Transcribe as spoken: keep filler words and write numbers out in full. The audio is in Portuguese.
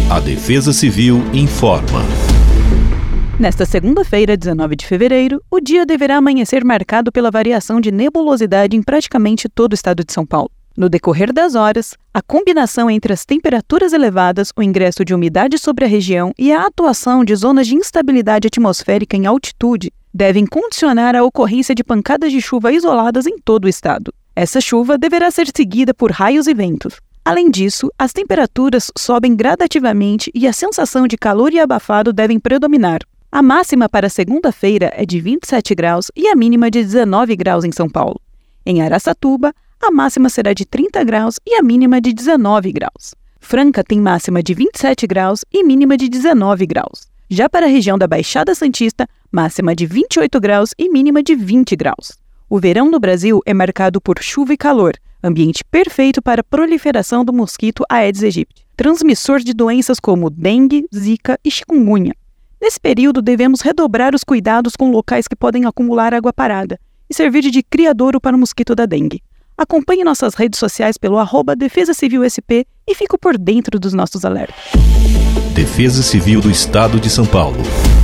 A Defesa Civil informa. Nesta segunda-feira, dezenove de fevereiro, o dia deverá amanhecer marcado pela variação de nebulosidade em praticamente todo o estado de São Paulo. No decorrer das horas, a combinação entre as temperaturas elevadas, o ingresso de umidade sobre a região e a atuação de zonas de instabilidade atmosférica em altitude devem condicionar a ocorrência de pancadas de chuva isoladas em todo o estado. Essa chuva deverá ser seguida por raios e ventos. Além disso, as temperaturas sobem gradativamente e a sensação de calor e abafado devem predominar. A máxima para segunda-feira é de vinte e sete graus e a mínima de dezenove graus em São Paulo. Em Araçatuba, a máxima será de trinta graus e a mínima de dezenove graus. Franca tem máxima de vinte e sete graus e mínima de dezenove graus. Já para a região da Baixada Santista, máxima de vinte e oito graus e mínima de vinte graus. O verão no Brasil é marcado por chuva e calor, ambiente perfeito para a proliferação do mosquito Aedes aegypti, transmissor de doenças como dengue, zika e chikungunya. Nesse período, devemos redobrar os cuidados com locais que podem acumular água parada e servir de criadouro para o mosquito da dengue. Acompanhe nossas redes sociais pelo arroba Defesa Civil S P e fique por dentro dos nossos alertas. Defesa Civil do Estado de São Paulo.